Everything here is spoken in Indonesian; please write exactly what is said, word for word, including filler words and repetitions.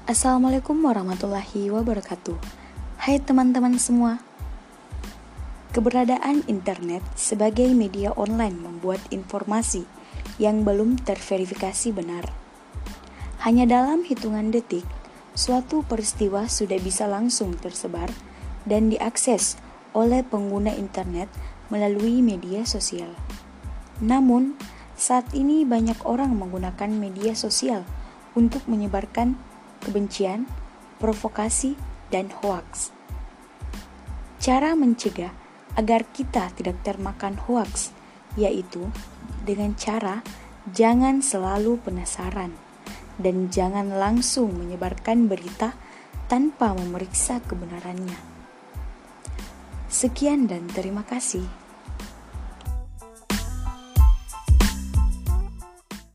Assalamualaikum warahmatullahi wabarakatuh. Hai teman-teman semua. Keberadaan internet sebagai media online membuat informasi yang belum terverifikasi benar. Hanya dalam hitungan detik, suatu peristiwa sudah bisa langsung tersebar dan diakses oleh pengguna internet melalui media sosial. Namun, saat ini banyak orang menggunakan media sosial untuk menyebarkan kebencian, provokasi, dan hoaks. Cara mencegah agar kita tidak termakan hoaks yaitu dengan cara jangan selalu penasaran dan jangan langsung menyebarkan berita tanpa memeriksa kebenarannya. Sekian dan terima kasih.